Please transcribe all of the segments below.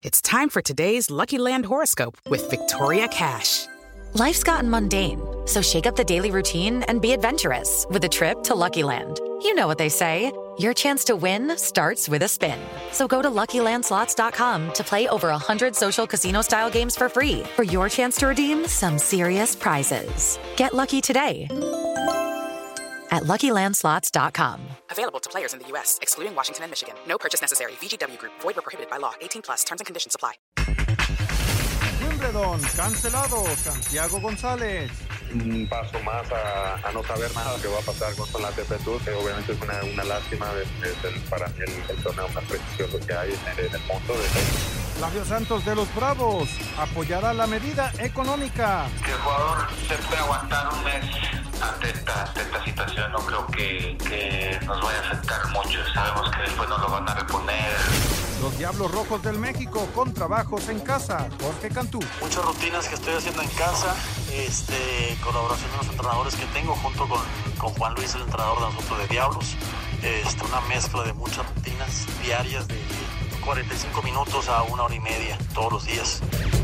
It's time for today's Lucky Land horoscope with Victoria Cash. Life's gotten mundane, so shake up the daily routine and be adventurous with a trip to Lucky Land. You know what they say, your chance to win starts with a spin. So go to LuckyLandSlots.com to play over 100 social casino-style games for free for your chance to redeem some serious prizes. Get lucky today at LuckyLandSlots.com. Available to players in the U.S., excluding Washington and Michigan. No purchase necessary. VGW Group. Void or prohibited by law. 18+. Terms and conditions apply. Wimbledon, cancelado. Santiago González. Un paso más a no saber nada que va a pasar con la ATP Tour, que obviamente es una lástima para mí el torneo más prestigioso que hay en el mundo. Flavio Santos de los Bravos apoyará la medida económica. Que el jugador se puede aguantar un mes ante esta situación, no creo que nos vaya a afectar mucho. Sabemos que después nos lo van a reponer. Los Diablos Rojos del México con trabajos en casa. Jorge Cantú. Muchas rutinas que estoy haciendo en casa, colaboración de los entrenadores que tengo junto con Juan Luis, el entrenador de nosotros de Diablos. Una mezcla de muchas rutinas diarias de 45 minutos a 1 hora y media todos los días.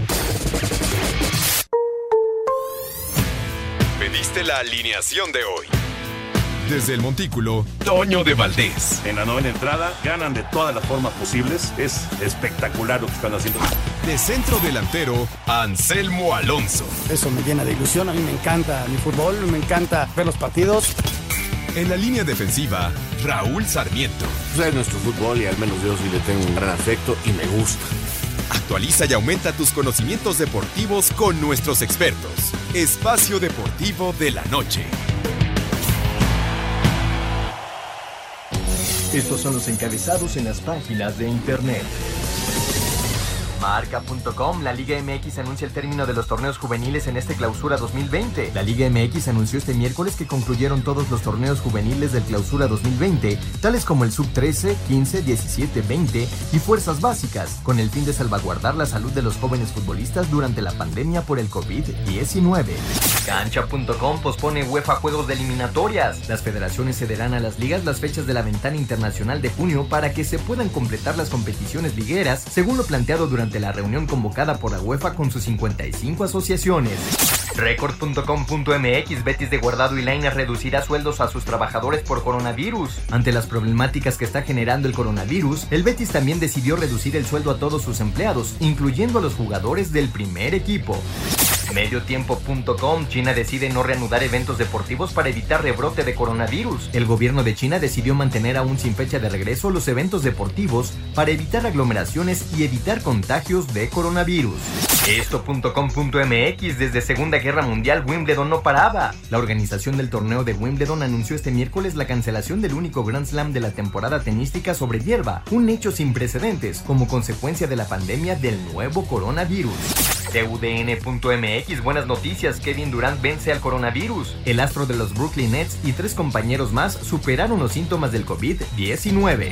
Pediste la alineación de hoy. Desde el Montículo, Toño de Valdés. En la novena entrada, ganan de todas las formas posibles. Es espectacular lo que están haciendo. De centro delantero, Anselmo Alonso. Eso me llena de ilusión. A mí me encanta mi fútbol, me encanta ver los partidos. En la línea defensiva, Raúl Sarmiento. Es nuestro fútbol y al menos yo sí le tengo un gran afecto y me gusta. Actualiza y aumenta tus conocimientos deportivos con nuestros expertos. Espacio Deportivo de la Noche. Estos son los encabezados en las páginas de internet. Marca.com, la Liga MX anuncia el término de los torneos juveniles en este Clausura 2020. La Liga MX anunció este miércoles que concluyeron todos los torneos juveniles del Clausura 2020, tales como el Sub-13, 15, 17, 20 y Fuerzas Básicas, con el fin de salvaguardar la salud de los jóvenes futbolistas durante la pandemia por el COVID-19. Cancha.com pospone UEFA juegos de eliminatorias. Las federaciones cederán a las ligas las fechas de la ventana internacional de junio para que se puedan completar las competiciones ligueras, según lo planteado durante la reunión convocada por la UEFA con sus 55 asociaciones. Record.com.mx, Betis de Guardado y Lainez reducirá sueldos a sus trabajadores por coronavirus. Ante las problemáticas que está generando el coronavirus, el Betis también decidió reducir el sueldo a todos sus empleados, incluyendo a los jugadores del primer equipo. Mediotiempo.com, China decide no reanudar eventos deportivos para evitar rebrote de coronavirus. El gobierno de China decidió mantener aún sin fecha de regreso los eventos deportivos para evitar aglomeraciones y evitar contagios de coronavirus. Esto.com.mx, desde Segunda Guerra Mundial, Wimbledon no paraba. La organización del torneo de Wimbledon anunció este miércoles la cancelación del único Grand Slam de la temporada tenística sobre hierba, un hecho sin precedentes como consecuencia de la pandemia del nuevo coronavirus. TUDN.mx, buenas noticias, Kevin Durant vence al coronavirus. El astro de los Brooklyn Nets y 3 compañeros más superaron los síntomas del COVID-19.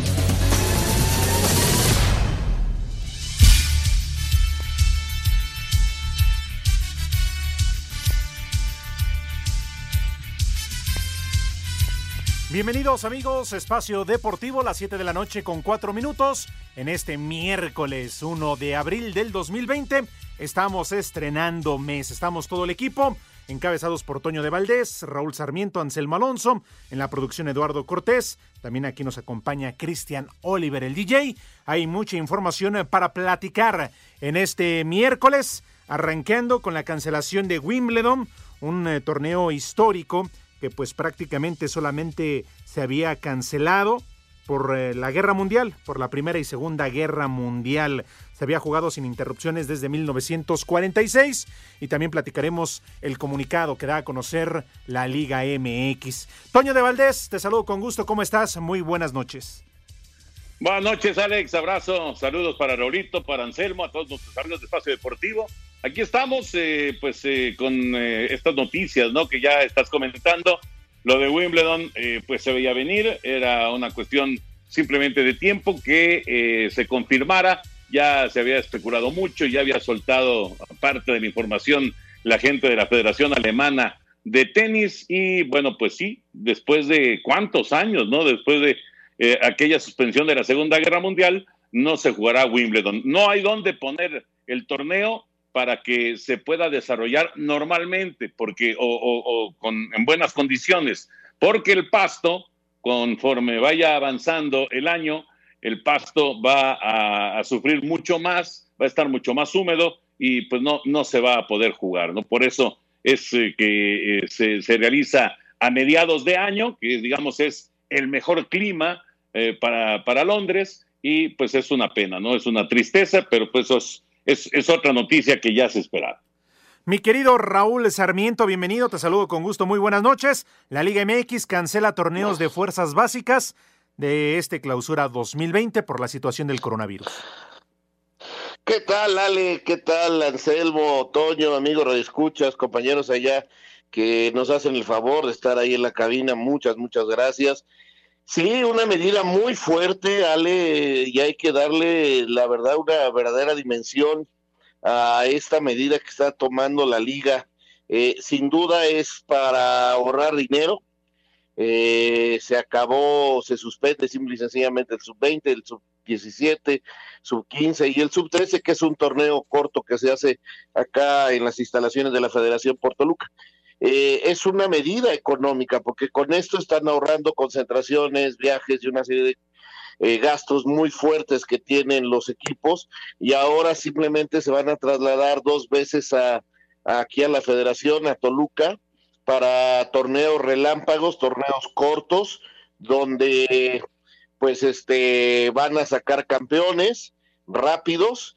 Bienvenidos amigos, Espacio Deportivo, las 7 de la noche con 4 minutos. En este miércoles 1 de abril del 2020 estamos estrenando mes, estamos todo el equipo, encabezados por Toño de Valdés, Raúl Sarmiento, Anselmo Alonso, en la producción Eduardo Cortés, también aquí nos acompaña Cristian Oliver, el DJ. Hay mucha información para platicar en este miércoles, arrancando con la cancelación de Wimbledon, un torneo histórico que pues prácticamente solamente se había cancelado por la Guerra Mundial, por la Primera y Segunda Guerra Mundial. Se había jugado sin interrupciones desde 1946 y también platicaremos el comunicado que da a conocer la Liga MX. Toño de Valdés, te saludo con gusto, ¿cómo estás? Muy buenas noches. Buenas noches, Alex, abrazo, saludos para Raulito, para Anselmo, a todos nuestros amigos de Espacio Deportivo. Aquí estamos, con estas noticias, ¿no? Que ya estás comentando. Lo de Wimbledon, pues se veía venir, era una cuestión simplemente de tiempo que se confirmara. Ya se había especulado mucho, ya había soltado parte de la información la gente de la Federación Alemana de Tenis. Y bueno, pues sí, después de cuántos años, ¿no? Después de aquella suspensión de la Segunda Guerra Mundial, no se jugará Wimbledon. No hay dónde poner el torneo para que se pueda desarrollar normalmente, porque en buenas condiciones, porque el pasto, conforme vaya avanzando el año, el pasto va a sufrir mucho más, va a estar mucho más húmedo y pues no se va a poder jugar, ¿no? Por eso es que se realiza a mediados de año, que digamos es el mejor clima para Londres, y pues es una pena, ¿no? Es una tristeza, pero pues es otra noticia que ya se esperaba. Mi querido Raúl Sarmiento, bienvenido, te saludo con gusto, muy buenas noches. La Liga MX cancela torneos de fuerzas básicas de clausura 2020 por la situación del coronavirus. ¿Qué tal, Ale? ¿Qué tal, Anselmo, Toño, amigos radioescuchas, compañeros allá que nos hacen el favor de estar ahí en la cabina? Muchas gracias. Sí, una medida muy fuerte, Ale, y hay que darle, la verdad, una verdadera dimensión a esta medida que está tomando la Liga. Sin duda es para ahorrar dinero. Se suspende simple y sencillamente el sub-20, el sub-17, sub-15 y el sub-13, que es un torneo corto que se hace acá en las instalaciones de la Federación por Toluca. Es una medida económica, porque con esto están ahorrando concentraciones, viajes y una serie de gastos muy fuertes que tienen los equipos, y ahora simplemente se van a trasladar 2 veces aquí a la Federación, a Toluca, para torneos relámpagos, torneos cortos, donde pues van a sacar campeones rápidos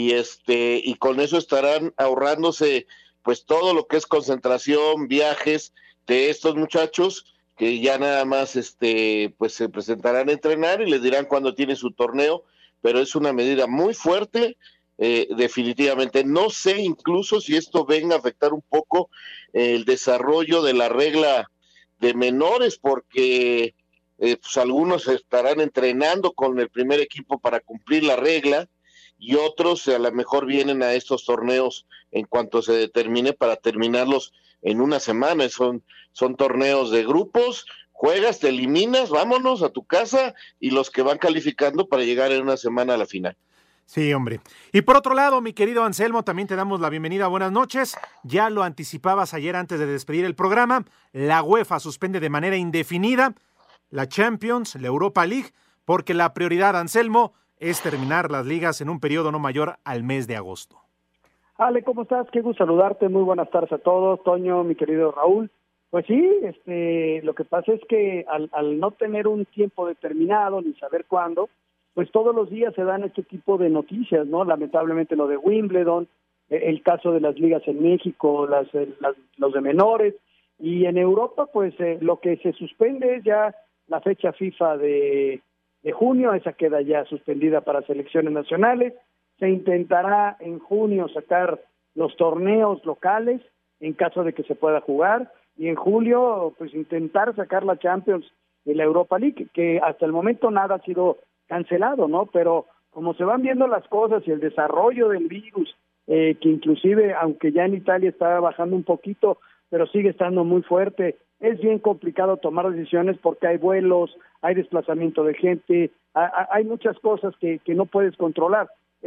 y con eso estarán ahorrándose pues todo lo que es concentración, viajes de estos muchachos, que ya nada más pues se presentarán a entrenar y les dirán cuándo tiene su torneo, pero es una medida muy fuerte. Definitivamente, no sé incluso si esto venga a afectar un poco el desarrollo de la regla de menores, porque pues algunos estarán entrenando con el primer equipo para cumplir la regla, y otros a lo mejor vienen a estos torneos en cuanto se determine para terminarlos en una semana. Son torneos de grupos, juegas, te eliminas, vámonos a tu casa, y los que van calificando para llegar en una semana a la final. Sí, hombre. Y por otro lado, mi querido Anselmo, también te damos la bienvenida. Buenas noches. Ya lo anticipabas ayer antes de despedir el programa. La UEFA suspende de manera indefinida la Champions, la Europa League, porque la prioridad, Anselmo, es terminar las ligas en un periodo no mayor al mes de agosto. Ale, ¿cómo estás? Qué gusto saludarte. Muy buenas tardes a todos. Toño, mi querido Raúl. Pues sí, lo que pasa es que al no tener un tiempo determinado ni saber cuándo, pues todos los días se dan este tipo de noticias, ¿no? Lamentablemente lo de Wimbledon, el caso de las ligas en México, los de menores, y en Europa, pues lo que se suspende es ya la fecha FIFA de junio, esa queda ya suspendida para selecciones nacionales. Se intentará en junio sacar los torneos locales, en caso de que se pueda jugar, y en julio, pues intentar sacar la Champions y la Europa League, que hasta el momento nada ha sido cancelado, ¿no? Pero como se van viendo las cosas y el desarrollo del virus, que inclusive, aunque ya en Italia está bajando un poquito, pero sigue estando muy fuerte, es bien complicado tomar decisiones porque hay vuelos, hay desplazamiento de gente, hay muchas cosas que no puedes controlar.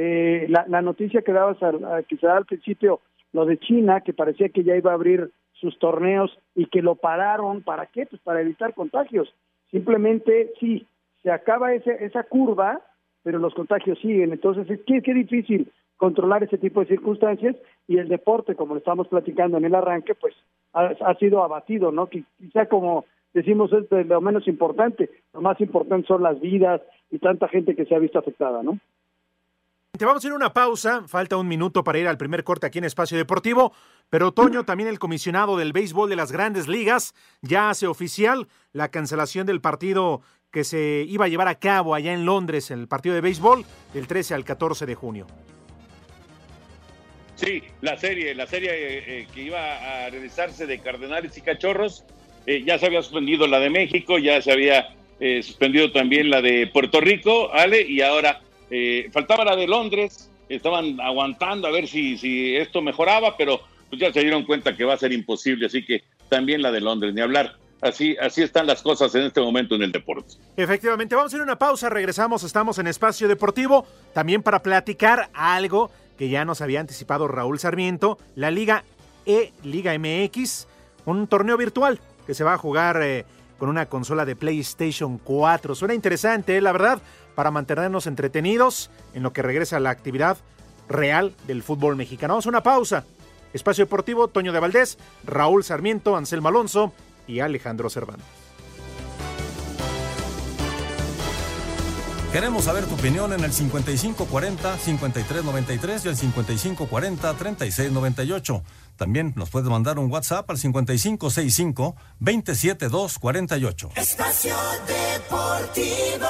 La noticia que se da al principio, lo de China, que parecía que ya iba a abrir sus torneos y que lo pararon, ¿para qué? Pues para evitar contagios. Simplemente, sí, se acaba esa curva, pero los contagios siguen. Entonces, qué difícil controlar ese tipo de circunstancias, y el deporte, como lo estamos platicando en el arranque, pues ha sido abatido, ¿no? Quizá, como decimos, es de lo menos importante. Lo más importante son las vidas y tanta gente que se ha visto afectada, ¿no? Te vamos a ir a una pausa, falta un minuto para ir al primer corte aquí en Espacio Deportivo, pero Toño, también el comisionado del béisbol de las Grandes Ligas, ya hace oficial la cancelación del partido que se iba a llevar a cabo allá en Londres, el partido de béisbol, del 13 al 14 de junio. Sí, la serie que iba a realizarse de Cardenales y Cachorros, ya se había suspendido la de México, ya se había suspendido también la de Puerto Rico, Ale, y ahora faltaba la de Londres. Estaban aguantando a ver si esto mejoraba, pero pues ya se dieron cuenta que va a ser imposible, así que también la de Londres, ni hablar. así están las cosas en este momento en el deporte. Efectivamente, vamos a ir a una pausa, regresamos, estamos en Espacio Deportivo, también para platicar algo que ya nos había anticipado Raúl Sarmiento, la Liga MX, un torneo virtual que se va a jugar con una consola de PlayStation 4. Suena interesante, la verdad, para mantenernos entretenidos en lo que regresa a la actividad real del fútbol mexicano. Vamos a una pausa. Espacio Deportivo, Toño de Valdés, Raúl Sarmiento, Anselmo Alonso y Alejandro Cervantes. Queremos saber tu opinión en el 5540-5393 y el 5540-3698. También nos puedes mandar un WhatsApp al 5565-27248. Espacio Deportivo.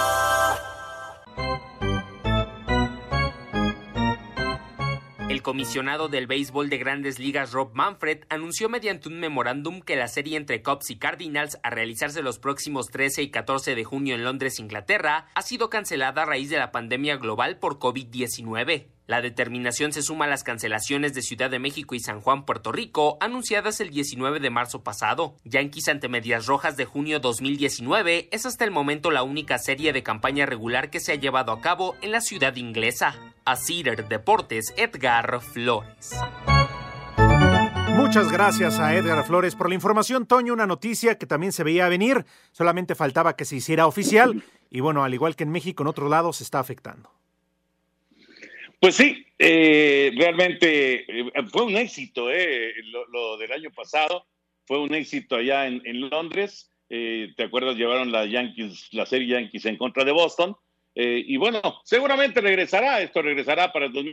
El comisionado del béisbol de Grandes Ligas, Rob Manfred, anunció mediante un memorándum que la serie entre Cubs y Cardinals, a realizarse los próximos 13 y 14 de junio en Londres, Inglaterra, ha sido cancelada a raíz de la pandemia global por COVID-19. La determinación se suma a las cancelaciones de Ciudad de México y San Juan, Puerto Rico, anunciadas el 19 de marzo pasado. Yankees ante Medias Rojas de junio 2019 es hasta el momento la única serie de campaña regular que se ha llevado a cabo en la ciudad inglesa. A Cider Deportes, Edgar Flores. Muchas gracias a Edgar Flores por la información, Toño. Una noticia que también se veía venir, solamente faltaba que se hiciera oficial. Y bueno, al igual que en México, en otro lado se está afectando. Pues sí, realmente fue un éxito, lo del año pasado, fue un éxito allá en Londres. ¿Te acuerdas? Llevaron la serie Yankees en contra de Boston. Y bueno, seguramente esto regresará para el 2000.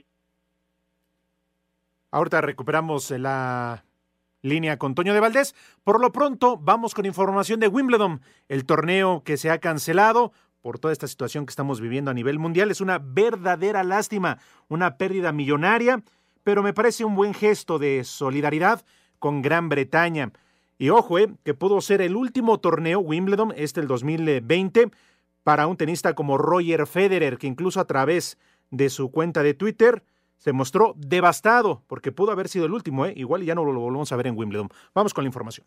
Ahorita recuperamos la línea con Toño de Valdés. Por lo pronto, vamos con información de Wimbledon, el torneo que se ha cancelado por toda esta situación que estamos viviendo a nivel mundial. Es una verdadera lástima, una pérdida millonaria, pero me parece un buen gesto de solidaridad con Gran Bretaña. Y ojo, que pudo ser el último torneo Wimbledon, el 2020, para un tenista como Roger Federer, que incluso a través de su cuenta de Twitter se mostró devastado, porque pudo haber sido el último, igual ya no lo volvemos a ver en Wimbledon. Vamos con la información.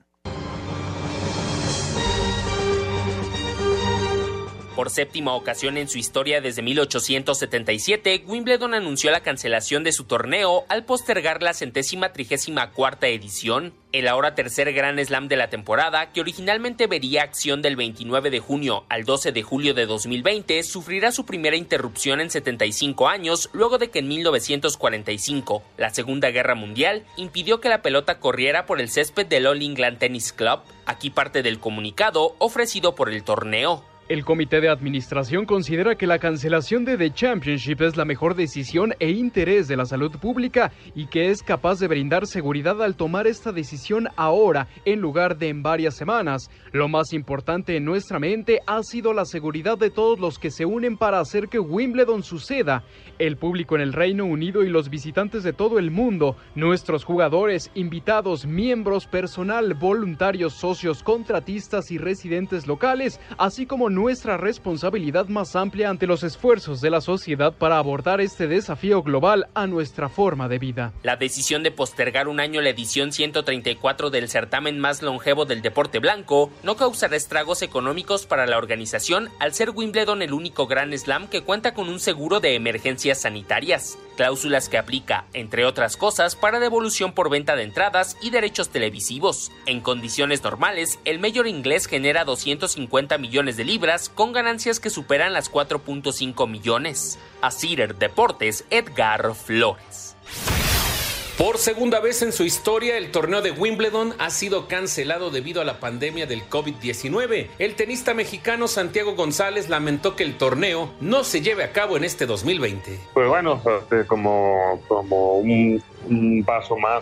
Por séptima ocasión en su historia desde 1877, Wimbledon anunció la cancelación de su torneo al postergar la 134ª edición. El ahora tercer Grand Slam de la temporada, que originalmente vería acción del 29 de junio al 12 de julio de 2020, sufrirá su primera interrupción en 75 años, luego de que en 1945, la Segunda Guerra Mundial, impidió que la pelota corriera por el césped del All England Tennis Club. Aquí parte del comunicado ofrecido por el torneo. El comité de administración considera que la cancelación de The Championship es la mejor decisión e interés de la salud pública y que es capaz de brindar seguridad al tomar esta decisión ahora en lugar de en varias semanas. Lo más importante en nuestra mente ha sido la seguridad de todos los que se unen para hacer que Wimbledon suceda. El público en el Reino Unido y los visitantes de todo el mundo, nuestros jugadores, invitados, miembros, personal, voluntarios, socios, contratistas y residentes locales, así como nuestra responsabilidad más amplia ante los esfuerzos de la sociedad para abordar este desafío global a nuestra forma de vida. La decisión de postergar un año la edición 134 del certamen más longevo del deporte blanco no causará estragos económicos para la organización al ser Wimbledon el único Grand Slam que cuenta con un seguro de emergencias sanitarias, cláusulas que aplica, entre otras cosas, para devolución por venta de entradas y derechos televisivos. En condiciones normales, el Major inglés genera 250 millones de libras con ganancias que superan las 4.5 millones. A Cider Deportes, Edgar Flores. Por segunda vez en su historia, el torneo de Wimbledon ha sido cancelado debido a la pandemia del COVID-19. El tenista mexicano Santiago González lamentó que el torneo no se lleve a cabo en este 2020. Pues bueno, como un paso más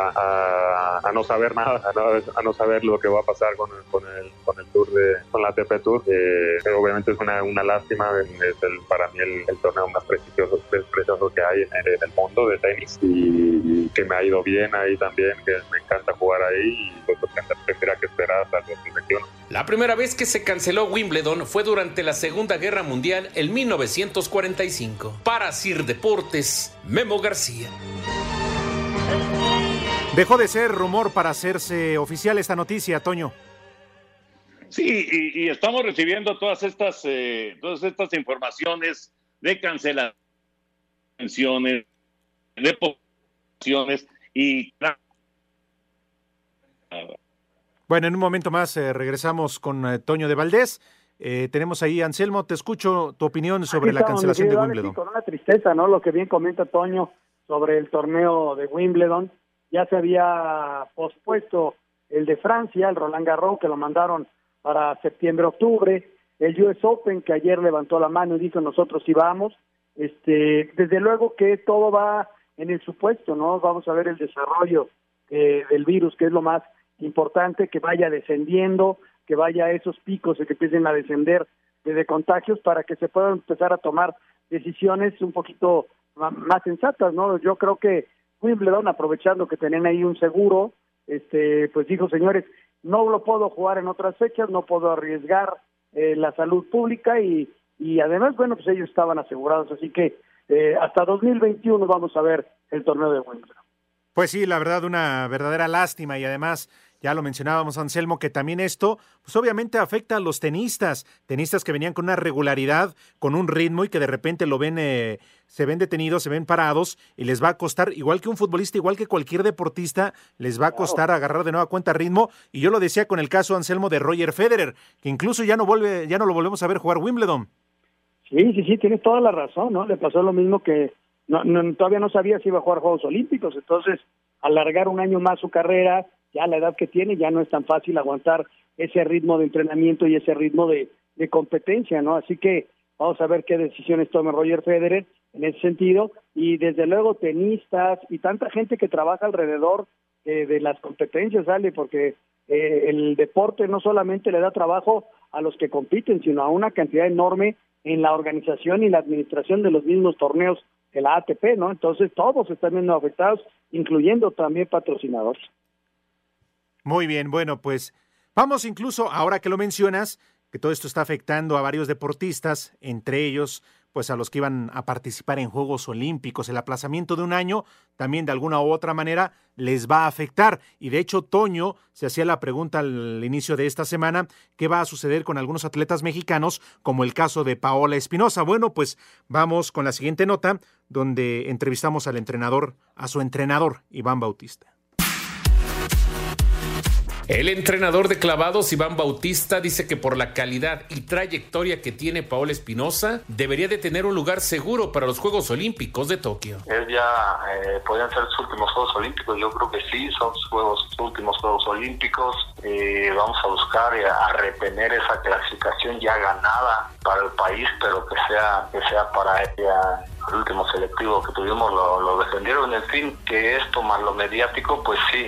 a no saber nada, a no saber lo que va a pasar con el tour con la ATP Tour. Obviamente es una lástima, para mí el torneo más prestigioso que hay en el mundo de tenis, y que me ha ido bien ahí también, que me encanta jugar ahí, y pues tendrá que esperar hasta el 2021. La primera vez que se canceló Wimbledon fue durante la Segunda Guerra Mundial en 1945. Para Cider Deportes, Memo García. Dejó de ser rumor para hacerse oficial esta noticia, Toño. Sí, y estamos recibiendo todas estas informaciones de cancelaciones, de posiciones y... Bueno, en un momento más regresamos con Toño de Valdés. Tenemos ahí, Anselmo, te escucho tu opinión sobre la cancelación de Wimbledon. Con una tristeza, ¿no? Lo que bien comenta Toño sobre el torneo de Wimbledon. Ya se había pospuesto el de Francia, el Roland Garros, que lo mandaron para septiembre-octubre. El US Open, que ayer levantó la mano y dijo nosotros sí vamos. Desde luego que todo va en el supuesto, ¿no? Vamos a ver el desarrollo del virus, que es lo más importante, que vaya descendiendo, que vaya a esos picos y que empiecen a descender de contagios para que se puedan empezar a tomar decisiones un poquito más sensatas, ¿no? Yo creo que Wimbledon, aprovechando que tenían ahí un seguro, pues dijo, señores, no lo puedo jugar en otras fechas, no puedo arriesgar la salud pública y además, bueno, pues ellos estaban asegurados, así que hasta 2021 vamos a ver el torneo de Wimbledon. Pues sí, la verdad, una verdadera lástima y además, ya lo mencionábamos, Anselmo, que también esto, pues obviamente afecta a los tenistas que venían con una regularidad, con un ritmo y que de repente lo ven, se ven detenidos, se ven parados y les va a costar, igual que un futbolista, igual que cualquier deportista, les va a costar agarrar de nueva cuenta ritmo. Y yo lo decía con el caso, Anselmo, de Roger Federer, que incluso ya no lo volvemos a ver jugar Wimbledon. Sí, tienes toda la razón, ¿no? Le pasó lo mismo que todavía no sabía si iba a jugar Juegos Olímpicos, entonces alargar un año más su carrera, ya la edad que tiene, ya no es tan fácil aguantar ese ritmo de entrenamiento y ese ritmo de competencia, ¿no? Así que vamos a ver qué decisiones toma Roger Federer en ese sentido, y desde luego tenistas y tanta gente que trabaja alrededor de las competencias, ¿sale? Porque el deporte no solamente le da trabajo a los que compiten, sino a una cantidad enorme en la organización y la administración de los mismos torneos de la ATP, ¿no? Entonces todos están viendo afectados, incluyendo también patrocinadores. Muy bien, bueno, pues vamos incluso, ahora que lo mencionas, que todo esto está afectando a varios deportistas, entre ellos, pues a los que iban a participar en Juegos Olímpicos. El aplazamiento de un año también de alguna u otra manera les va a afectar. Y de hecho, Toño se hacía la pregunta al inicio de esta semana, ¿qué va a suceder con algunos atletas mexicanos, como el caso de Paola Espinosa? Bueno, pues vamos con la siguiente nota, donde entrevistamos a su entrenador, Iván Bautista. El entrenador de clavados, Iván Bautista, dice que por la calidad y trayectoria que tiene Paola Espinosa, debería de tener un lugar seguro para los Juegos Olímpicos de Tokio. Podrían ser sus últimos Juegos Olímpicos, yo creo que sí, son sus últimos Juegos Olímpicos. Vamos a buscar a retener esa clasificación ya ganada para el país, pero que sea para ella. El último selectivo que tuvimos lo defendieron, en fin, que esto más lo mediático, pues sí,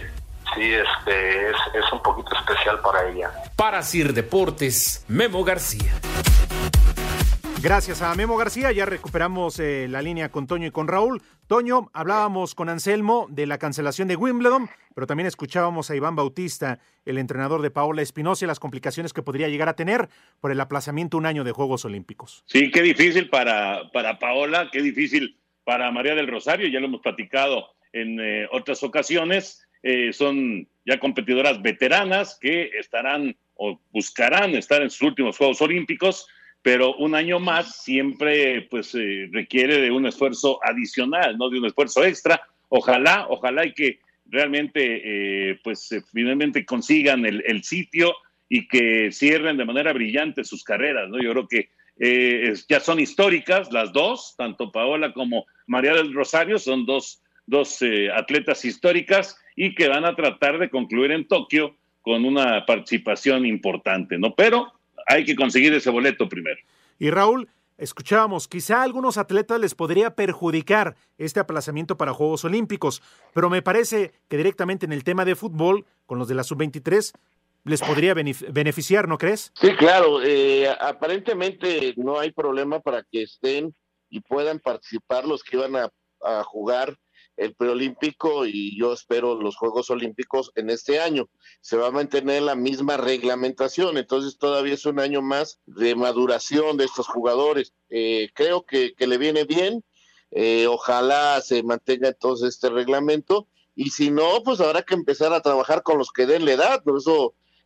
es un poquito especial para ella. Para CIR Deportes, Memo García. Gracias a Memo García, ya recuperamos la línea con Toño y con Raúl. Toño, hablábamos con Anselmo de la cancelación de Wimbledon, pero también escuchábamos a Iván Bautista, el entrenador de Paola Espinosa, y las complicaciones que podría llegar a tener por el aplazamiento un año de Juegos Olímpicos. Sí, qué difícil para Paola, qué difícil para María del Rosario, ya lo hemos platicado en otras ocasiones. Son ya competidoras veteranas que estarán o buscarán estar en sus últimos Juegos Olímpicos, pero un año más siempre requiere de un esfuerzo adicional, ¿no? De un esfuerzo extra. Ojalá y que realmente finalmente consigan el sitio y que cierren de manera brillante sus carreras, ¿no? Yo creo que ya son históricas las dos, tanto Paola como María del Rosario, son dos atletas históricas y que van a tratar de concluir en Tokio con una participación importante, ¿no? Pero hay que conseguir ese boleto primero. Y Raúl, escuchábamos, quizá a algunos atletas les podría perjudicar este aplazamiento para Juegos Olímpicos, pero me parece que directamente en el tema de fútbol, con los de la Sub-23, les podría beneficiar, ¿no crees? Sí, claro, aparentemente no hay problema para que estén y puedan participar los que iban a jugar el preolímpico, y yo espero los Juegos Olímpicos en este año. Se va a mantener la misma reglamentación, entonces todavía es un año más de maduración de estos jugadores. Creo que le viene bien, ojalá se mantenga entonces este reglamento, y si no, pues habrá que empezar a trabajar con los que den la edad, por eso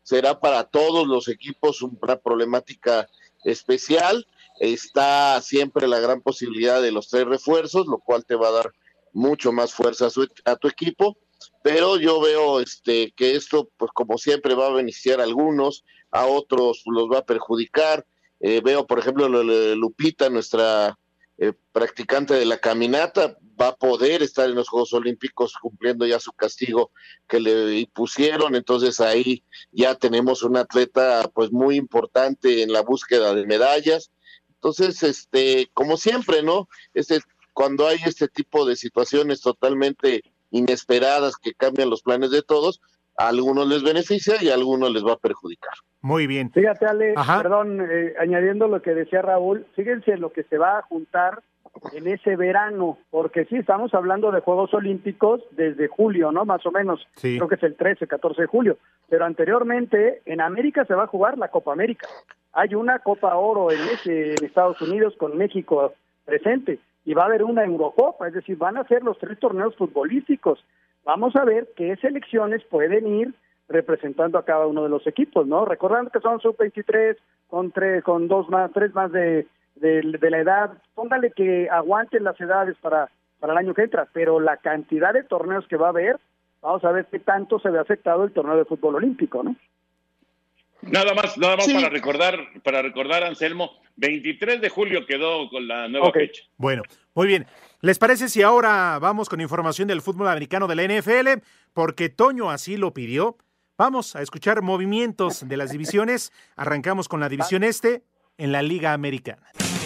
será para todos los equipos una problemática especial. Está siempre la gran posibilidad de los 3 refuerzos, lo cual te va a dar mucho más fuerza a tu equipo, pero yo veo que esto, pues como siempre, va a beneficiar a algunos, a otros los va a perjudicar. Veo, por ejemplo, Lupita, nuestra practicante de la caminata, va a poder estar en los Juegos Olímpicos cumpliendo ya su castigo que le impusieron, entonces ahí ya tenemos un atleta pues muy importante en la búsqueda de medallas. Entonces, como siempre, ¿no? Cuando hay este tipo de situaciones totalmente inesperadas que cambian los planes de todos, a algunos les beneficia y a algunos les va a perjudicar. Muy bien. Fíjate, Ale, perdón, añadiendo lo que decía Raúl, fíjense lo que se va a juntar en ese verano, porque sí, estamos hablando de Juegos Olímpicos desde julio, ¿no? Más o menos, sí. Creo que es el 13, 14 de julio, pero anteriormente en América se va a jugar la Copa América. Hay una Copa Oro en Estados Unidos con México presente, y va a haber una Eurocopa, es decir, van a ser los 3 torneos futbolísticos. Vamos a ver qué selecciones pueden ir representando a cada uno de los equipos, ¿no? Recordando que son sub-23, con 3 más de la edad, póngale que aguanten las edades para el año que entra, pero la cantidad de torneos que va a haber, vamos a ver qué tanto se ve afectado el torneo de fútbol olímpico, ¿no? Nada más sí. para recordar, Anselmo, 23 de julio quedó con la nueva fecha. Bueno, muy bien. ¿Les parece si ahora vamos con información del fútbol americano de la NFL? Porque Toño así lo pidió. Vamos a escuchar movimientos de las divisiones. Arrancamos con la división este en la Liga Americana.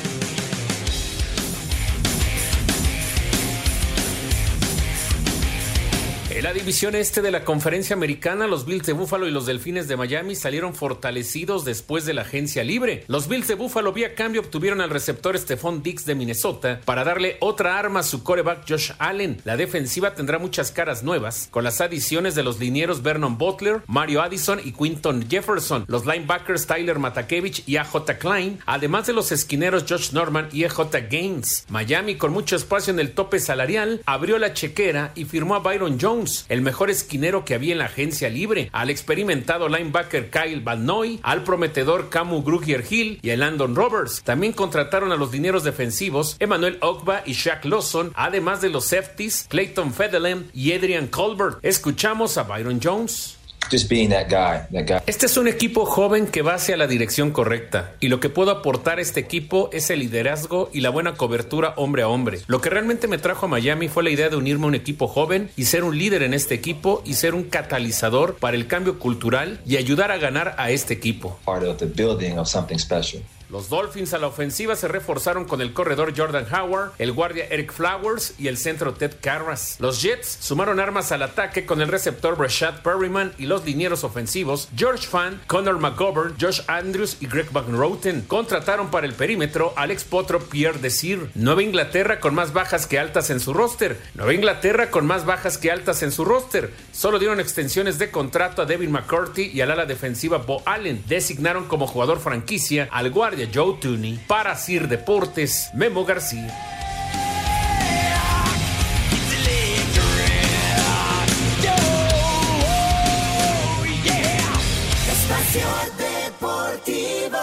En la división este de la Conferencia Americana, los Bills de Buffalo y los Delfines de Miami salieron fortalecidos después de la agencia libre. Los Bills de Buffalo vía cambio obtuvieron al receptor Stephon Diggs de Minnesota para darle otra arma a su quarterback Josh Allen. La defensiva tendrá muchas caras nuevas, con las adiciones de los linieros Vernon Butler, Mario Addison y Quinton Jefferson, los linebackers Tyler Matakevich y A.J. Klein, además de los esquineros Josh Norman y A.J. Gaines. Miami, con mucho espacio en el tope salarial, abrió la chequera y firmó a Byron Jones, el mejor esquinero que había en la agencia libre, al experimentado linebacker Kyle Van Noy, al prometedor Camu Grugier-Hill y a Landon Roberts. También contrataron a los dineros defensivos Emmanuel Ogba y Shaq Lawson, además de los safeties Clayton Fedelem y Adrian Colbert. Escuchamos a Byron Jones. Just being that guy. Este es un equipo joven que va hacia la dirección correcta, y lo que puedo aportar a este equipo es el liderazgo y la buena cobertura hombre a hombre. Lo que realmente me trajo a Miami fue la idea de unirme a un equipo joven y ser un líder en este equipo y ser un catalizador para el cambio cultural y ayudar a ganar a este equipo. Part of the building of something special. Los Dolphins a la ofensiva se reforzaron con el corredor Jordan Howard, el guardia Eric Flowers y el centro Ted Karras. Los Jets sumaron armas al ataque con el receptor Rashad Perryman y los linieros ofensivos George Fant, Connor McGovern, Josh Andrews y Greg Van Roten. Contrataron para el perímetro al expotro Pierre Desir. Nueva Inglaterra con más bajas que altas en su roster. Solo dieron extensiones de contrato a Devin McCourty y al ala defensiva Bo Allen. Designaron como jugador franquicia al guardia Joe Tooney. Para Sir Deportes, Memo García. Espacio Deportivo.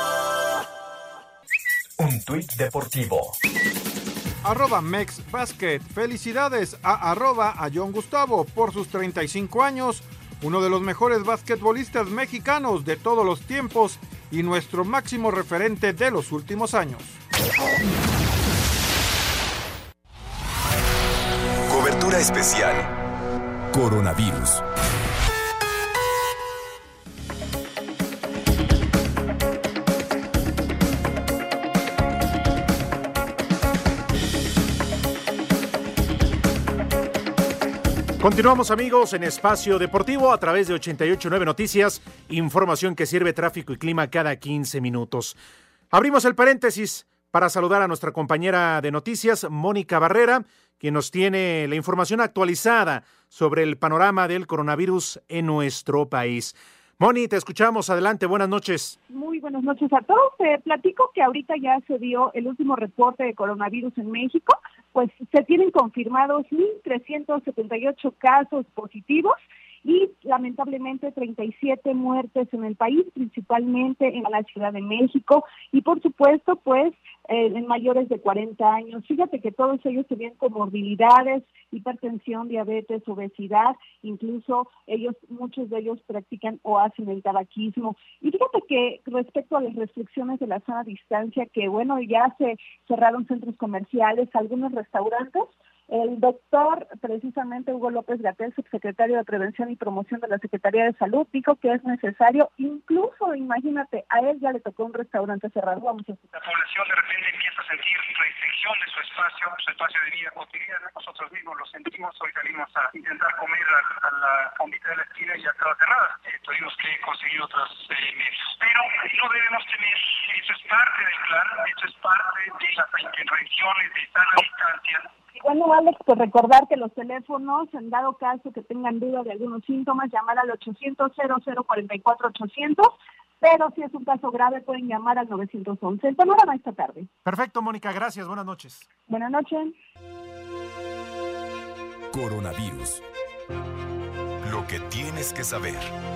Un tuit deportivo. @MexBasket. Felicidades a John Gustavo por sus 35 años, uno de los mejores basquetbolistas mexicanos de todos los tiempos y nuestro máximo referente de los últimos años. Cobertura especial. Coronavirus. Continuamos, amigos, en Espacio Deportivo a través de 88.9 Noticias, información que sirve tráfico y clima cada 15 minutos. Abrimos el paréntesis para saludar a nuestra compañera de noticias, Mónica Barrera, quien nos tiene la información actualizada sobre el panorama del coronavirus en nuestro país. Moni, te escuchamos. Adelante, buenas noches. Muy buenas noches a todos. Te platico que ahorita ya se dio el último reporte de coronavirus en México. Pues se tienen confirmados 1,378 casos positivos y lamentablemente 37 muertes en el país, principalmente en la Ciudad de México, y por supuesto, pues, en mayores de 40 años. Fíjate que todos ellos tenían comorbilidades, hipertensión, diabetes, obesidad, incluso muchos de ellos practican o hacen el tabaquismo. Y fíjate que respecto a las restricciones de la sana distancia, que bueno, ya se cerraron centros comerciales, algunos restaurantes. El doctor, precisamente Hugo López-Gatell, subsecretario de Prevención y Promoción de la Secretaría de Salud, dijo que es necesario, incluso, imagínate, a él ya le tocó un restaurante cerrado. Vamos a escuchar. La población de repente empieza a sentir restricción de su espacio de vida cotidiana. Nosotros mismos lo sentimos, hoy salimos a intentar comer a la fondita de la esquina y ya estaba cerrada. Tuvimos que conseguir otros medios. Pero no debemos temer, eso es parte del plan, eso es parte de las intervenciones de sana distancia. Bueno, Alex, pues recordar que los teléfonos, en dado caso que tengan duda de algunos síntomas, llamar al 800-0044-800, pero si es un caso grave pueden llamar al 911. El panorama esta tarde. Perfecto, Mónica, gracias, buenas noches. Buenas noches. Coronavirus. Lo que tienes que saber.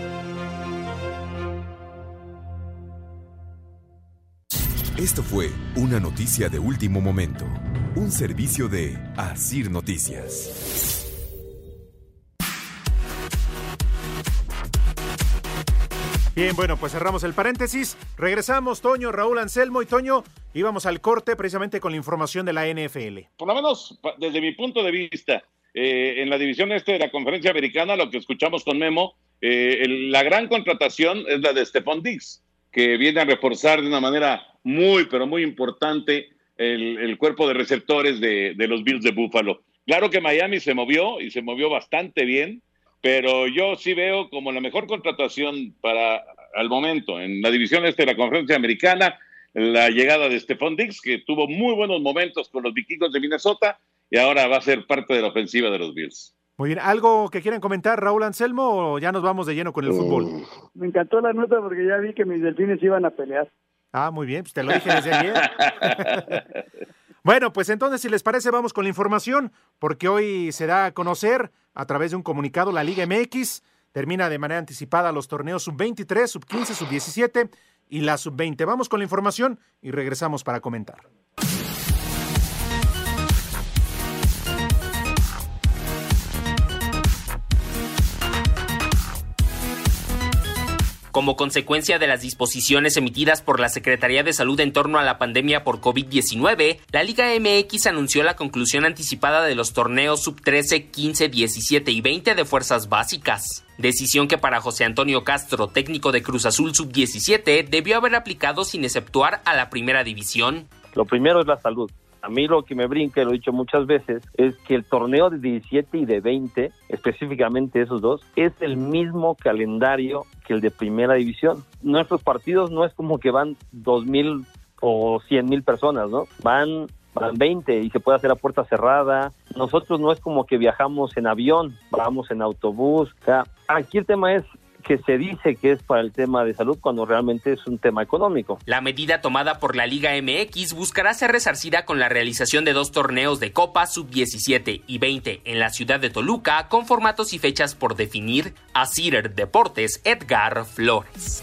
Esto fue una noticia de último momento. Un servicio de Asir Noticias. Bien, bueno, pues cerramos el paréntesis. Regresamos, Toño, Raúl, Anselmo y Toño. Íbamos al corte precisamente con la información de la NFL. Por lo menos, desde mi punto de vista, en la división de la Conferencia Americana, lo que escuchamos con Memo, la gran contratación es la de Stephon Diggs, que viene a reforzar de una manera muy, pero muy importante el cuerpo de receptores de los Bills de Buffalo. Claro que Miami se movió y se movió bastante bien, pero yo sí veo como la mejor contratación para al momento en la división de la Conferencia Americana la llegada de Stephon Diggs, que tuvo muy buenos momentos con los Vikingos de Minnesota y ahora va a ser parte de la ofensiva de los Bills. Muy bien, ¿algo que quieran comentar, Raúl, Anselmo, o ya nos vamos de lleno con el fútbol? Me encantó la nota porque ya vi que mis delfines iban a pelear. Ah, muy bien, pues te lo dije desde ayer. Bueno, pues entonces, si les parece, vamos con la información, porque hoy se da a conocer, a través de un comunicado, la Liga MX termina de manera anticipada los torneos sub-23, sub-15, sub-17 y la sub-20. Vamos con la información y regresamos para comentar. Como consecuencia de las disposiciones emitidas por la Secretaría de Salud en torno a la pandemia por COVID-19, la Liga MX anunció la conclusión anticipada de los torneos sub-13, 15, 17 y 20 de fuerzas básicas. Decisión que para José Antonio Castro, técnico de Cruz Azul sub-17, debió haber aplicado sin exceptuar a la primera división. Lo primero es la salud. A mí lo que me brinca, lo he dicho muchas veces, es que el torneo de 17 y de 20, específicamente esos dos, es el mismo calendario que el de primera división. Nuestros partidos no es como que van 2,000 o 100,000 personas, ¿no? Van 20 y se puede hacer a puerta cerrada. Nosotros no es como que viajamos en avión, vamos en autobús. O sea, aquí el tema es que se dice que es para el tema de salud cuando realmente es un tema económico. La medida tomada por la Liga MX buscará ser resarcida con la realización de 2 torneos de Copa sub-17 y 20 en la ciudad de Toluca, con formatos y fechas por definir. Asir Deportes, Edgar Flores.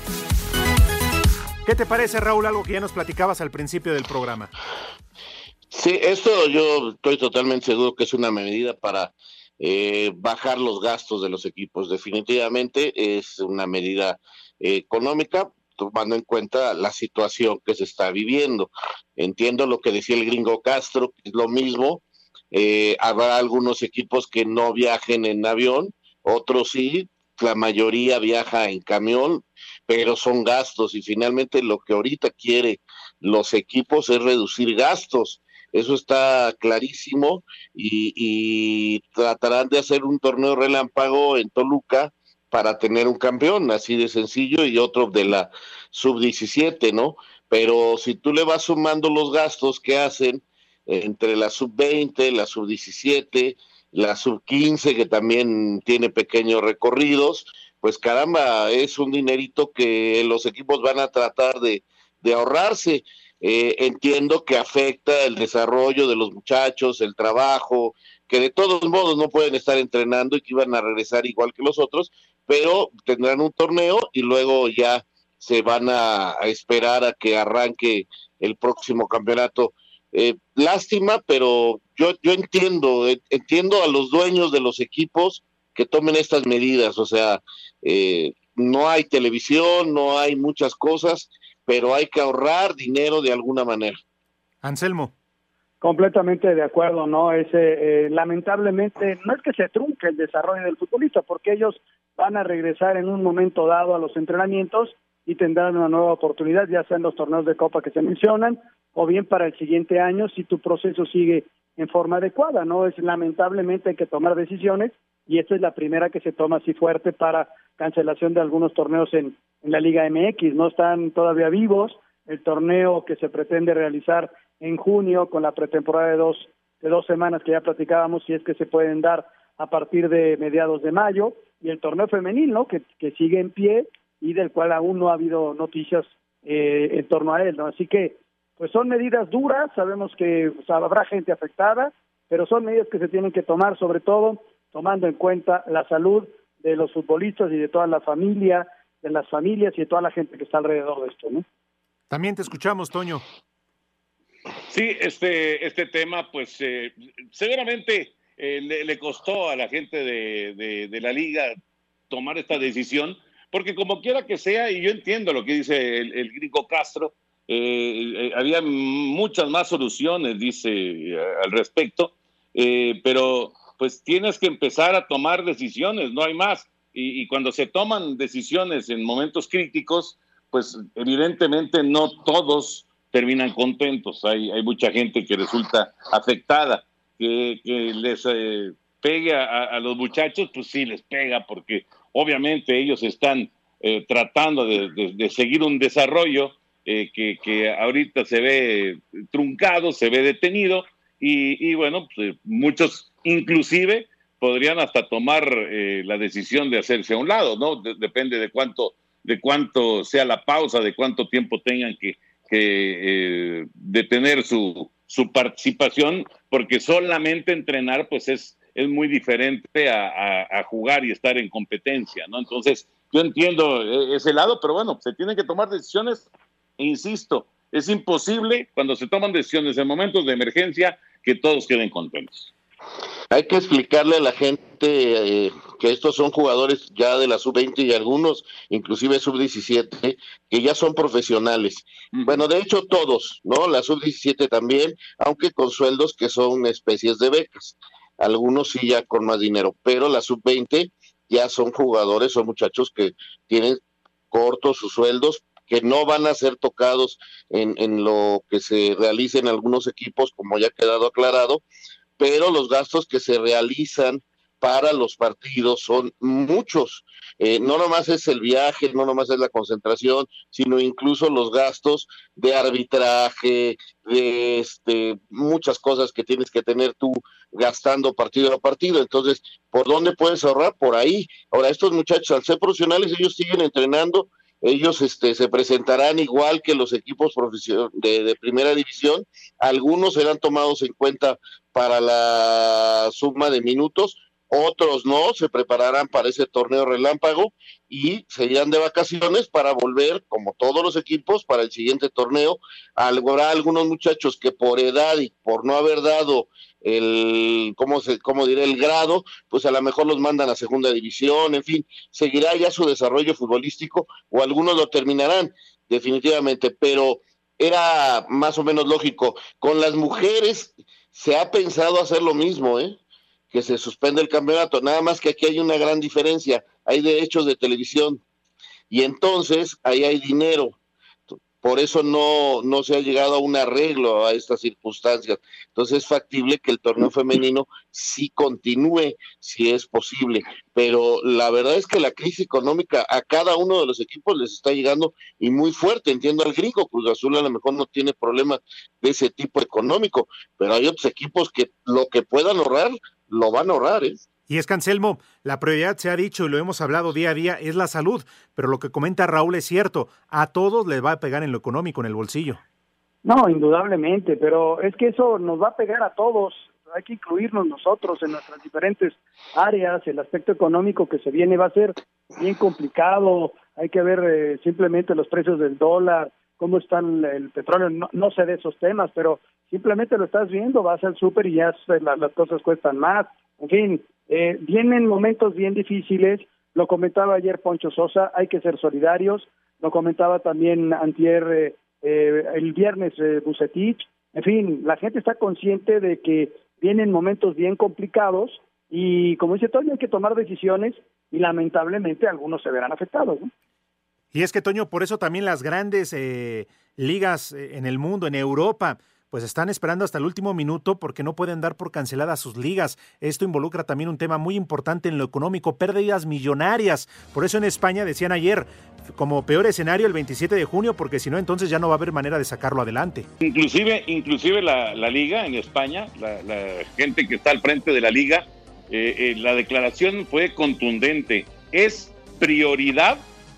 ¿Qué te parece, Raúl, algo que ya nos platicabas al principio del programa? Sí, esto yo estoy totalmente seguro que es una medida para bajar los gastos de los equipos. Definitivamente es una medida económica, tomando en cuenta la situación que se está viviendo. Entiendo lo que decía el gringo Castro, que es lo mismo. Habrá algunos equipos que no viajen en avión, otros sí, la mayoría viaja en camión, pero son gastos y finalmente lo que ahorita quiere los equipos es reducir gastos. Eso está clarísimo y tratarán de hacer un torneo relámpago en Toluca para tener un campeón, así de sencillo, y otro de la sub-17, ¿no? Pero si tú le vas sumando los gastos que hacen entre la sub-20, la sub-17, la sub-15, que también tiene pequeños recorridos, pues caramba, es un dinerito que los equipos van a tratar de ahorrarse. entiendo que afecta el desarrollo de los muchachos, el trabajo, que de todos modos no pueden estar entrenando y que iban a regresar igual que los otros, pero tendrán un torneo y luego ya se van a esperar a que arranque el próximo campeonato. Lástima, pero yo entiendo a los dueños de los equipos que tomen estas medidas, o sea, no hay televisión, no hay muchas cosas, pero hay que ahorrar dinero de alguna manera. Anselmo. Completamente de acuerdo, ¿no? Lamentablemente, no es que se trunque el desarrollo del futbolista, porque ellos van a regresar en un momento dado a los entrenamientos y tendrán una nueva oportunidad, ya sea en los torneos de Copa que se mencionan, o bien para el siguiente año, si tu proceso sigue en forma adecuada, ¿no? Lamentablemente hay que tomar decisiones, y esta es la primera que se toma así fuerte para cancelación de algunos torneos en la Liga MX, no están todavía vivos. El torneo que se pretende realizar en junio con la pretemporada de dos semanas que ya platicábamos, si es que se pueden dar a partir de mediados de mayo, y el torneo femenil, ¿no? que sigue en pie y del cual aún no ha habido noticias en torno a él, ¿no? Así que pues son medidas duras, sabemos que habrá gente afectada, pero son medidas que se tienen que tomar, sobre todo tomando en cuenta la salud de los futbolistas y de toda la familia, de las familias y de toda la gente que está alrededor de esto, ¿no? También te escuchamos, Toño. Sí, este tema, pues seguramente le costó a la gente de la liga tomar esta decisión, porque como quiera que sea, y yo entiendo lo que dice el gringo Castro, había muchas más soluciones, dice, al respecto, pero pues tienes que empezar a tomar decisiones, no hay más. Y cuando se toman decisiones en momentos críticos, pues evidentemente no todos terminan contentos. Hay mucha gente que resulta afectada, que les pegue a los muchachos, pues sí les pega, porque obviamente ellos están tratando de seguir un desarrollo que ahorita se ve truncado, se ve detenido, y bueno, pues, muchos inclusive podrían hasta tomar la decisión de hacerse a un lado, ¿no? Depende de cuánto sea la pausa, de cuánto tiempo tengan que detener su participación, porque solamente entrenar pues es muy diferente a jugar y estar en competencia, ¿no? Entonces, yo entiendo ese lado, pero bueno, se tienen que tomar decisiones, e insisto, es imposible cuando se toman decisiones en momentos de emergencia que todos queden contentos. Hay que explicarle a la gente que estos son jugadores ya de la sub-20 y algunos, inclusive sub-17, que ya son profesionales. Bueno, de hecho todos, ¿no? La sub-17 también, aunque con sueldos que son especies de becas. Algunos sí ya con más dinero, pero la sub-20 ya son jugadores, son muchachos que tienen cortos sus sueldos, que no van a ser tocados en lo que se realice en algunos equipos, como ya ha quedado aclarado, pero los gastos que se realizan para los partidos son muchos. No nomás es el viaje, no nomás es la concentración, sino incluso los gastos de arbitraje, de muchas cosas que tienes que tener tú gastando partido a partido. Entonces, ¿por dónde puedes ahorrar? Por ahí. Ahora, estos muchachos, al ser profesionales, ellos siguen entrenando, ellos se presentarán igual que los equipos de primera división. Algunos serán tomados en cuenta para la suma de minutos, otros no, se prepararán para ese torneo relámpago y se irán de vacaciones para volver, como todos los equipos, para el siguiente torneo. Habrá algunos muchachos que por edad y por no haber dado el grado, pues a lo mejor los mandan a segunda división, en fin, seguirá ya su desarrollo futbolístico, o algunos lo terminarán definitivamente, pero era más o menos lógico. Con las mujeres se ha pensado hacer lo mismo, que se suspende el campeonato, nada más que aquí hay una gran diferencia, hay derechos de televisión, y entonces ahí hay dinero. Por eso no se ha llegado a un arreglo a estas circunstancias. Entonces es factible que el torneo femenino sí continúe, si es posible. Pero la verdad es que la crisis económica a cada uno de los equipos les está llegando y muy fuerte. Entiendo al gringo, Cruz Azul a lo mejor no tiene problemas de ese tipo económico, pero hay otros equipos que lo que puedan ahorrar, lo van a ahorrar, Y es que, Anselmo, la prioridad, se ha dicho y lo hemos hablado día a día, es la salud, pero lo que comenta Raúl es cierto, a todos les va a pegar en lo económico, en el bolsillo. No, indudablemente, pero es que eso nos va a pegar a todos. Hay que incluirnos nosotros en nuestras diferentes áreas. El aspecto económico que se viene va a ser bien complicado. Hay que ver simplemente los precios del dólar, cómo está el petróleo. No sé de esos temas, pero simplemente lo estás viendo. Vas al súper y ya las cosas cuestan más. En fin, vienen momentos bien difíciles. Lo comentaba ayer Poncho Sosa, hay que ser solidarios. Lo comentaba también antier el viernes Vucetich. En fin, la gente está consciente de que vienen momentos bien complicados y, como dice Toño, hay que tomar decisiones y lamentablemente algunos se verán afectados, ¿no? Y es que, Toño, por eso también las grandes ligas en el mundo, en Europa, pues están esperando hasta el último minuto porque no pueden dar por canceladas sus ligas. Esto involucra también un tema muy importante en lo económico, pérdidas millonarias. Por eso en España decían ayer, como peor escenario el 27 de junio, porque si no, entonces ya no va a haber manera de sacarlo adelante. Inclusive la liga en España, la gente que está al frente de la liga, la declaración fue contundente. Es prioridad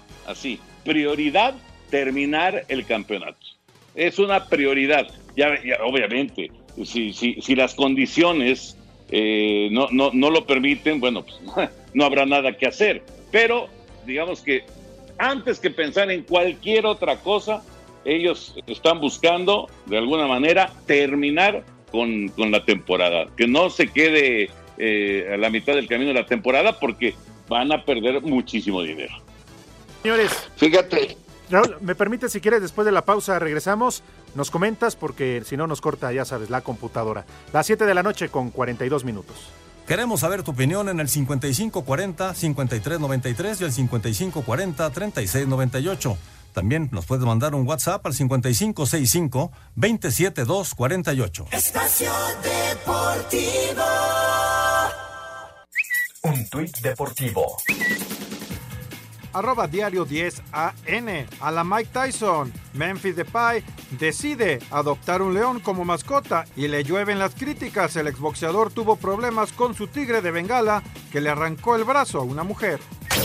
terminar el campeonato. Es una prioridad. Ya obviamente, si las condiciones no lo permiten, bueno, pues no habrá nada que hacer. Pero digamos que antes que pensar en cualquier otra cosa, ellos están buscando de alguna manera terminar con la temporada, que no se quede a la mitad del camino de la temporada, porque van a perder muchísimo dinero. Señores, fíjate, Raúl, me permite, si quieres, después de la pausa regresamos, nos comentas, porque si no nos corta, ya sabes, la computadora. Las 7 de la noche con 42 minutos. Queremos saber tu opinión en el 5540-5393 y el 5540-3698. También nos puedes mandar un WhatsApp al 5565-27248. Espacio Deportivo. Un tuit deportivo. @diario 10 AN. A la Mike Tyson, Memphis Depay decide adoptar un león como mascota y le llueven las críticas. El exboxeador tuvo problemas con su tigre de Bengala que le arrancó el brazo a una mujer.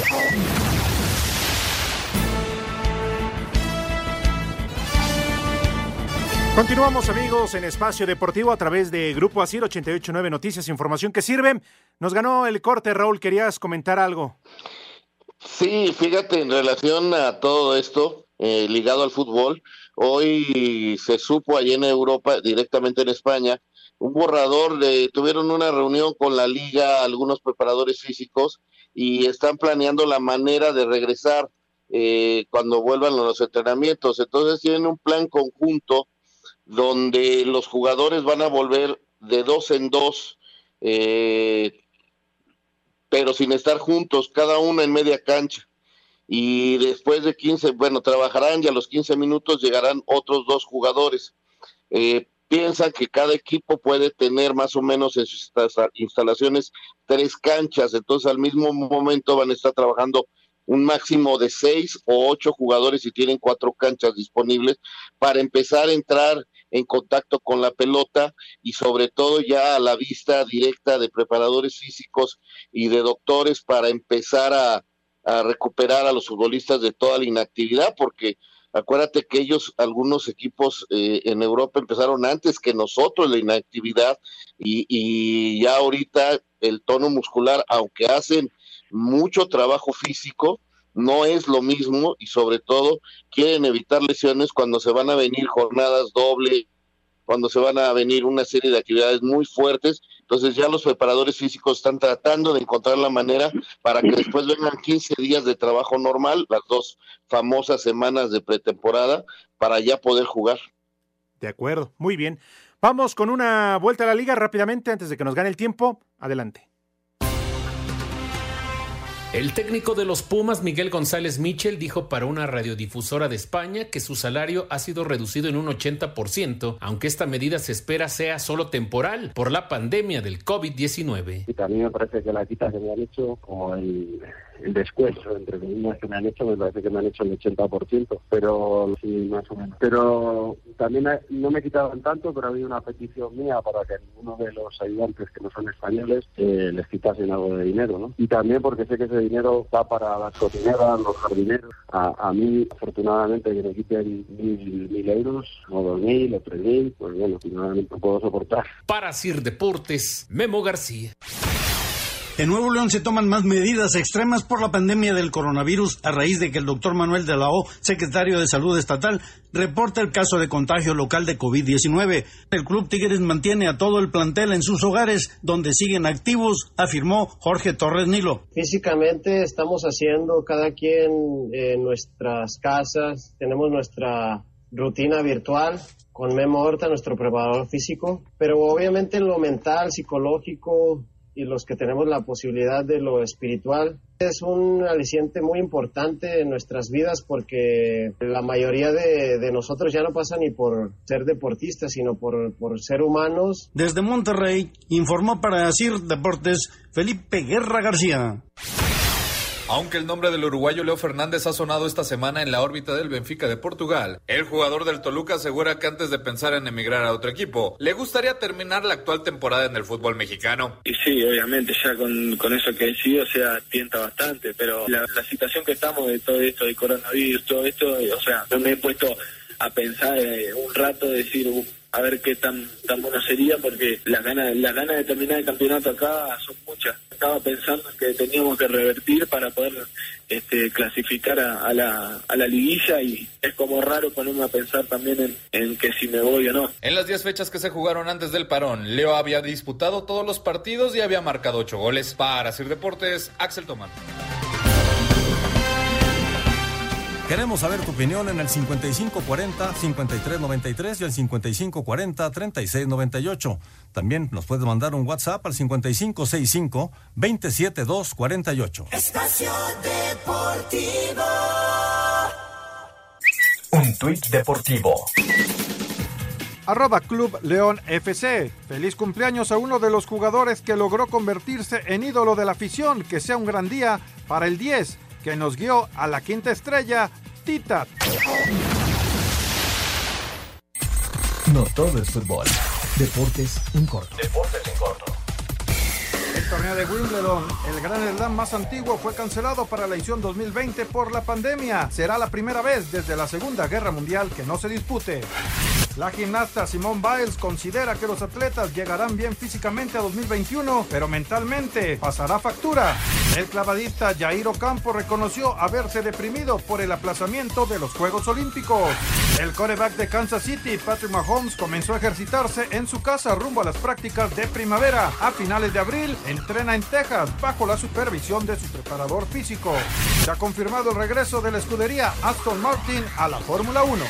Continuamos, amigos, en Espacio Deportivo a través de Grupo ASIR 889 Noticias, información que sirve. Nos ganó el corte, Raúl, ¿querías comentar algo? Sí, fíjate, en relación a todo esto ligado al fútbol, hoy se supo allá en Europa, directamente en España, un borrador tuvieron una reunión con la liga, algunos preparadores físicos, y están planeando la manera de regresar cuando vuelvan los entrenamientos. Entonces tienen un plan conjunto donde los jugadores van a volver de 2 en 2, pero sin estar juntos, cada uno en media cancha. Y después de 15, trabajarán y a los 15 minutos llegarán otros 2 jugadores. Piensan que cada equipo puede tener más o menos en sus instalaciones 3 canchas, entonces al mismo momento van a estar trabajando un máximo de 6 o 8 jugadores y tienen 4 canchas disponibles para empezar a entrar en contacto con la pelota y sobre todo ya a la vista directa de preparadores físicos y de doctores para empezar a recuperar a los futbolistas de toda la inactividad, porque acuérdate que algunos equipos en Europa empezaron antes que nosotros la inactividad y ya ahorita el tono muscular, aunque hacen mucho trabajo físico, no es lo mismo y sobre todo quieren evitar lesiones cuando se van a venir jornadas doble, cuando se van a venir una serie de actividades muy fuertes. Entonces ya los preparadores físicos están tratando de encontrar la manera para que después vengan 15 días de trabajo normal, las 2 famosas semanas de pretemporada, para ya poder jugar. De acuerdo, muy bien. Vamos con una vuelta a la liga rápidamente antes de que nos gane el tiempo. Adelante. El técnico de los Pumas, Miguel González Michel, dijo para una radiodifusora de España que su salario ha sido reducido en un 80%, aunque esta medida se espera sea solo temporal por la pandemia del COVID-19. Y también me parece que la quita que me han hecho, como el descuento, entre comillas, que me han hecho, me parece que me han hecho el 80%, pero sí, más o menos. Pero también no me quitaban tanto, pero había una petición mía para que ninguno de los ayudantes que no son españoles les quitasen algo de dinero, ¿no? Y también porque sé que ese dinero va para las cocineras, los jardineros. A mí, afortunadamente, que me quiten 1.000 euros, o 2.000, o 3.000, pues bueno, finalmente puedo soportar. Para Sir Deportes, Memo García. En Nuevo León se toman más medidas extremas por la pandemia del coronavirus a raíz de que el doctor Manuel de la O, secretario de Salud Estatal, reporta el caso de contagio local de COVID-19. El Club Tigres mantiene a todo el plantel en sus hogares, donde siguen activos, afirmó Jorge Torres Nilo. Físicamente estamos haciendo cada quien en nuestras casas, tenemos nuestra rutina virtual con Memo Horta, nuestro preparador físico, pero obviamente en lo mental, psicológico y los que tenemos la posibilidad de lo espiritual, es un aliciente muy importante en nuestras vidas porque la mayoría de nosotros ya no pasa ni por ser deportistas, sino por ser humanos. Desde Monterrey, informó para Sir Deportes Felipe Guerra García. Aunque el nombre del uruguayo Leo Fernández ha sonado esta semana en la órbita del Benfica de Portugal, el jugador del Toluca asegura que antes de pensar en emigrar a otro equipo, le gustaría terminar la actual temporada en el fútbol mexicano. Y sí, obviamente, ya con eso que sí, o sea, tienta bastante, pero la situación que estamos de todo esto, de coronavirus, todo esto, o sea, yo me he puesto a pensar un rato, decir, a ver qué tan bueno sería, porque las ganas de terminar el campeonato acá son muchas. Estaba pensando que teníamos que revertir para poder clasificar a la liguilla, y es como raro ponerme a pensar también en que si me voy o no. En las 10 fechas que se jugaron antes del parón, Leo había disputado todos los partidos y había marcado 8 goles. Para Sir Deportes, Axel Tomán. Queremos saber tu opinión en el 5540-5393 y el 5540-3698. También nos puedes mandar un WhatsApp al 5565-27248. Espacio Deportivo. Un tuit deportivo. @Club León FC. Feliz cumpleaños a uno de los jugadores que logró convertirse en ídolo de la afición. Que sea un gran día para el 10, que nos guió a la quinta estrella, Tita. No todo es fútbol. Deportes en corto. El torneo de Wimbledon, el Grand Slam más antiguo, fue cancelado para la edición 2020 por la pandemia. Será la primera vez desde la Segunda Guerra Mundial que no se dispute. La gimnasta Simone Biles considera que los atletas llegarán bien físicamente a 2021, pero mentalmente pasará factura. El clavadista Jair Ocampo reconoció haberse deprimido por el aplazamiento de los Juegos Olímpicos. El quarterback de Kansas City, Patrick Mahomes, comenzó a ejercitarse en su casa rumbo a las prácticas de primavera. A finales de abril, entrena en Texas bajo la supervisión de su preparador físico. Se ha confirmado el regreso de la escudería Aston Martin a la Fórmula 1.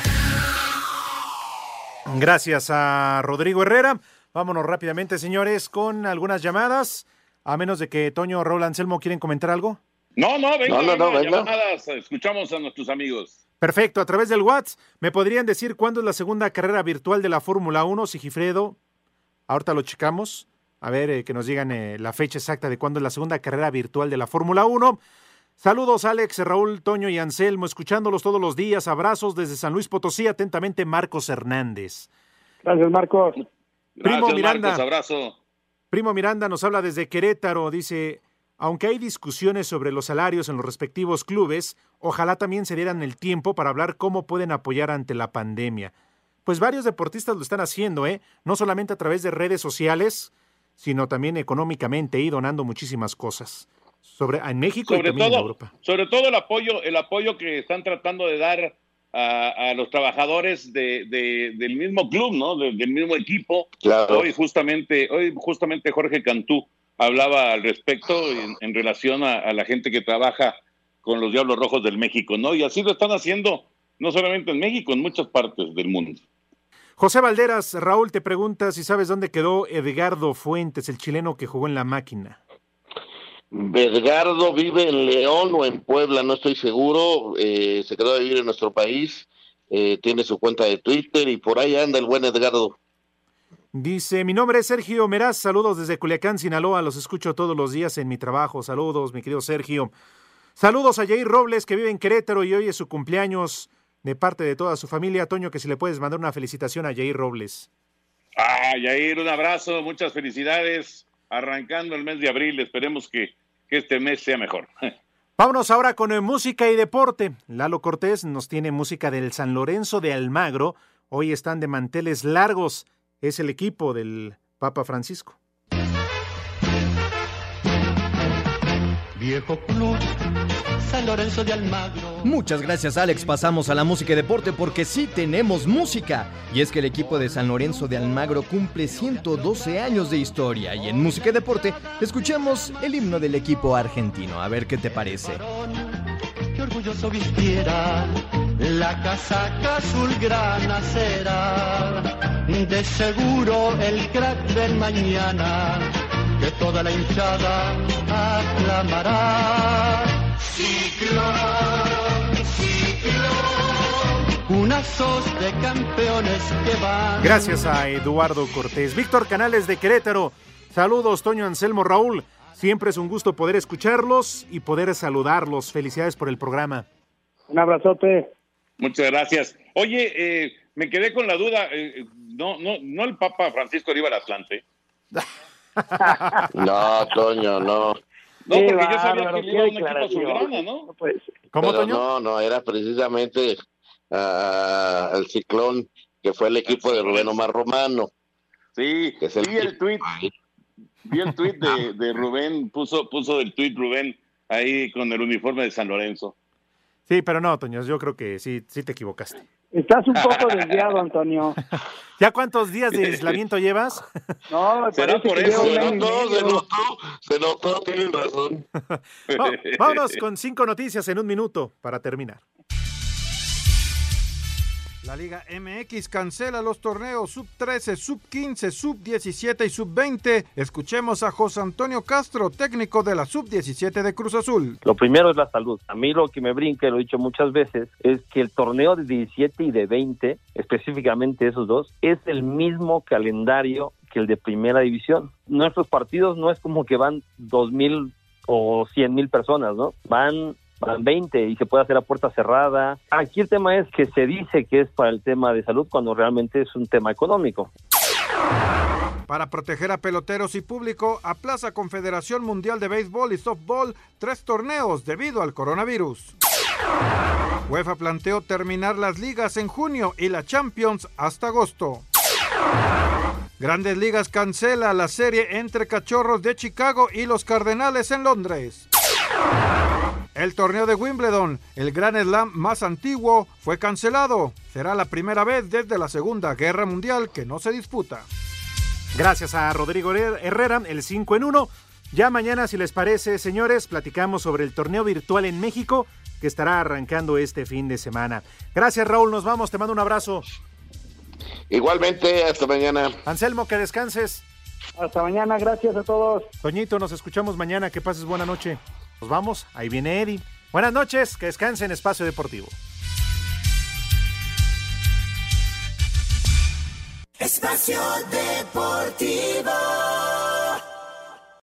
Gracias a Rodrigo Herrera. Vámonos rápidamente, señores, con algunas llamadas. A menos de que Toño, Raúl, Anselmo, ¿quieren comentar algo? No, venga. Venga. Llamadas, escuchamos a nuestros amigos. Perfecto, a través del WhatsApp, ¿me podrían decir cuándo es la segunda carrera virtual de la Fórmula 1, Sigifredo? Ahorita lo checamos. A ver, que nos digan la fecha exacta de cuándo es la segunda carrera virtual de la Fórmula 1. Saludos, Alex, Raúl, Toño y Anselmo, escuchándolos todos los días. Abrazos desde San Luis Potosí, atentamente Marcos Hernández. Gracias, Marcos. Primo Miranda. Marcos, abrazo. Primo Miranda nos habla desde Querétaro, dice, aunque hay discusiones sobre los salarios en los respectivos clubes, ojalá también se dieran el tiempo para hablar cómo pueden apoyar ante la pandemia. Pues varios deportistas lo están haciendo, no solamente a través de redes sociales, sino también económicamente y donando muchísimas cosas. En México y también en Europa. Sobre todo el apoyo que están tratando de dar a los trabajadores del mismo club, ¿no? Del mismo equipo. Claro. Hoy justamente Jorge Cantú hablaba al respecto en relación a la gente que trabaja con los Diablos Rojos del México, ¿no? Y así lo están haciendo no solamente en México, en muchas partes del mundo. José Valderas, Raúl te pregunta si sabes dónde quedó Edgardo Fuentes, el chileno que jugó en La Máquina. Edgardo vive en León o en Puebla, no estoy seguro. Se quedó a vivir en nuestro país. Tiene su cuenta de Twitter y por ahí anda el buen Edgardo. Dice, mi nombre es Sergio Meraz, saludos desde Culiacán, Sinaloa, los escucho todos los días en mi trabajo. Saludos, mi querido Sergio. Saludos a Yair Robles, que vive en Querétaro y hoy es su cumpleaños de parte de toda su familia. Toño, que si le puedes mandar una felicitación a Yair Robles. Yair, un abrazo, muchas felicidades. Arrancando el mes de abril, esperemos que este mes sea mejor. Vámonos ahora con música y deporte. Lalo Cortés nos tiene música del San Lorenzo de Almagro. Hoy están de manteles largos. Es el equipo del Papa Francisco. Viejo Club San Lorenzo de Almagro. Muchas gracias, Alex. Pasamos a la música y deporte porque sí tenemos música. Y es que el equipo de San Lorenzo de Almagro cumple 112 años de historia. Y en música y deporte escuchemos el himno del equipo argentino. A ver qué te parece. Que orgulloso vistiera la casaca azulgrana será. De seguro el crack del mañana, que toda la hinchada aclamará. Ciclón, ciclón, una sos de campeones que van. Gracias a Eduardo Cortés. Víctor Canales de Querétaro. Saludos, Toño, Anselmo, Raúl. Siempre es un gusto poder escucharlos y poder saludarlos. Felicidades por el programa. Un abrazote. Muchas gracias. Oye, me quedé con la duda. No el Papa Francisco iba al Atlante. No, Toño, no. No, porque yo sabía que le iba a un equipo azulgrana, ¿no? ¿Cómo, Toño? No, era precisamente el Ciclón, que fue el equipo de Rubén Omar Romano. Sí, vi el tuit de Rubén, puso el tuit Rubén ahí con el uniforme de San Lorenzo. Sí, pero no, Toño, yo creo que sí te equivocaste. Estás un poco desviado, Antonio. ¿Ya cuántos días de aislamiento llevas? No, será por eso. Se notó, tienen razón. Vámonos con 5 noticias en un minuto para terminar. La Liga MX cancela los torneos Sub-13, Sub-15, Sub-17 y Sub-20. Escuchemos a José Antonio Castro, técnico de la Sub-17 de Cruz Azul. Lo primero es la salud. A mí lo que me brinca, y lo he dicho muchas veces, es que el torneo de 17 y de 20, específicamente esos dos, es el mismo calendario que el de primera división. Nuestros partidos no es como que van 2,000 o 100,000 personas, ¿no? Van 20 y se puede hacer a puerta cerrada. Aquí el tema es que se dice que es para el tema de salud cuando realmente es un tema económico. Para proteger a peloteros y público, aplaza Confederación Mundial de Béisbol y Softball 3 torneos debido al coronavirus. UEFA planteó terminar las ligas en junio y la Champions hasta agosto. Grandes Ligas cancela la serie entre Cachorros de Chicago y los Cardenales en Londres. El torneo de Wimbledon, el Grand Slam más antiguo, fue cancelado. Será la primera vez desde la Segunda Guerra Mundial que no se disputa. Gracias a Rodrigo Herrera, el 5 en 1. Ya mañana, si les parece, señores, platicamos sobre el torneo virtual en México que estará arrancando este fin de semana. Gracias, Raúl, nos vamos, te mando un abrazo. Igualmente, hasta mañana. Anselmo, que descanses. Hasta mañana, gracias a todos. Toñito, nos escuchamos mañana, que pases buena noche. Nos vamos, ahí viene Eddie. Buenas noches, que descansen, Espacio Deportivo. Espacio Deportivo.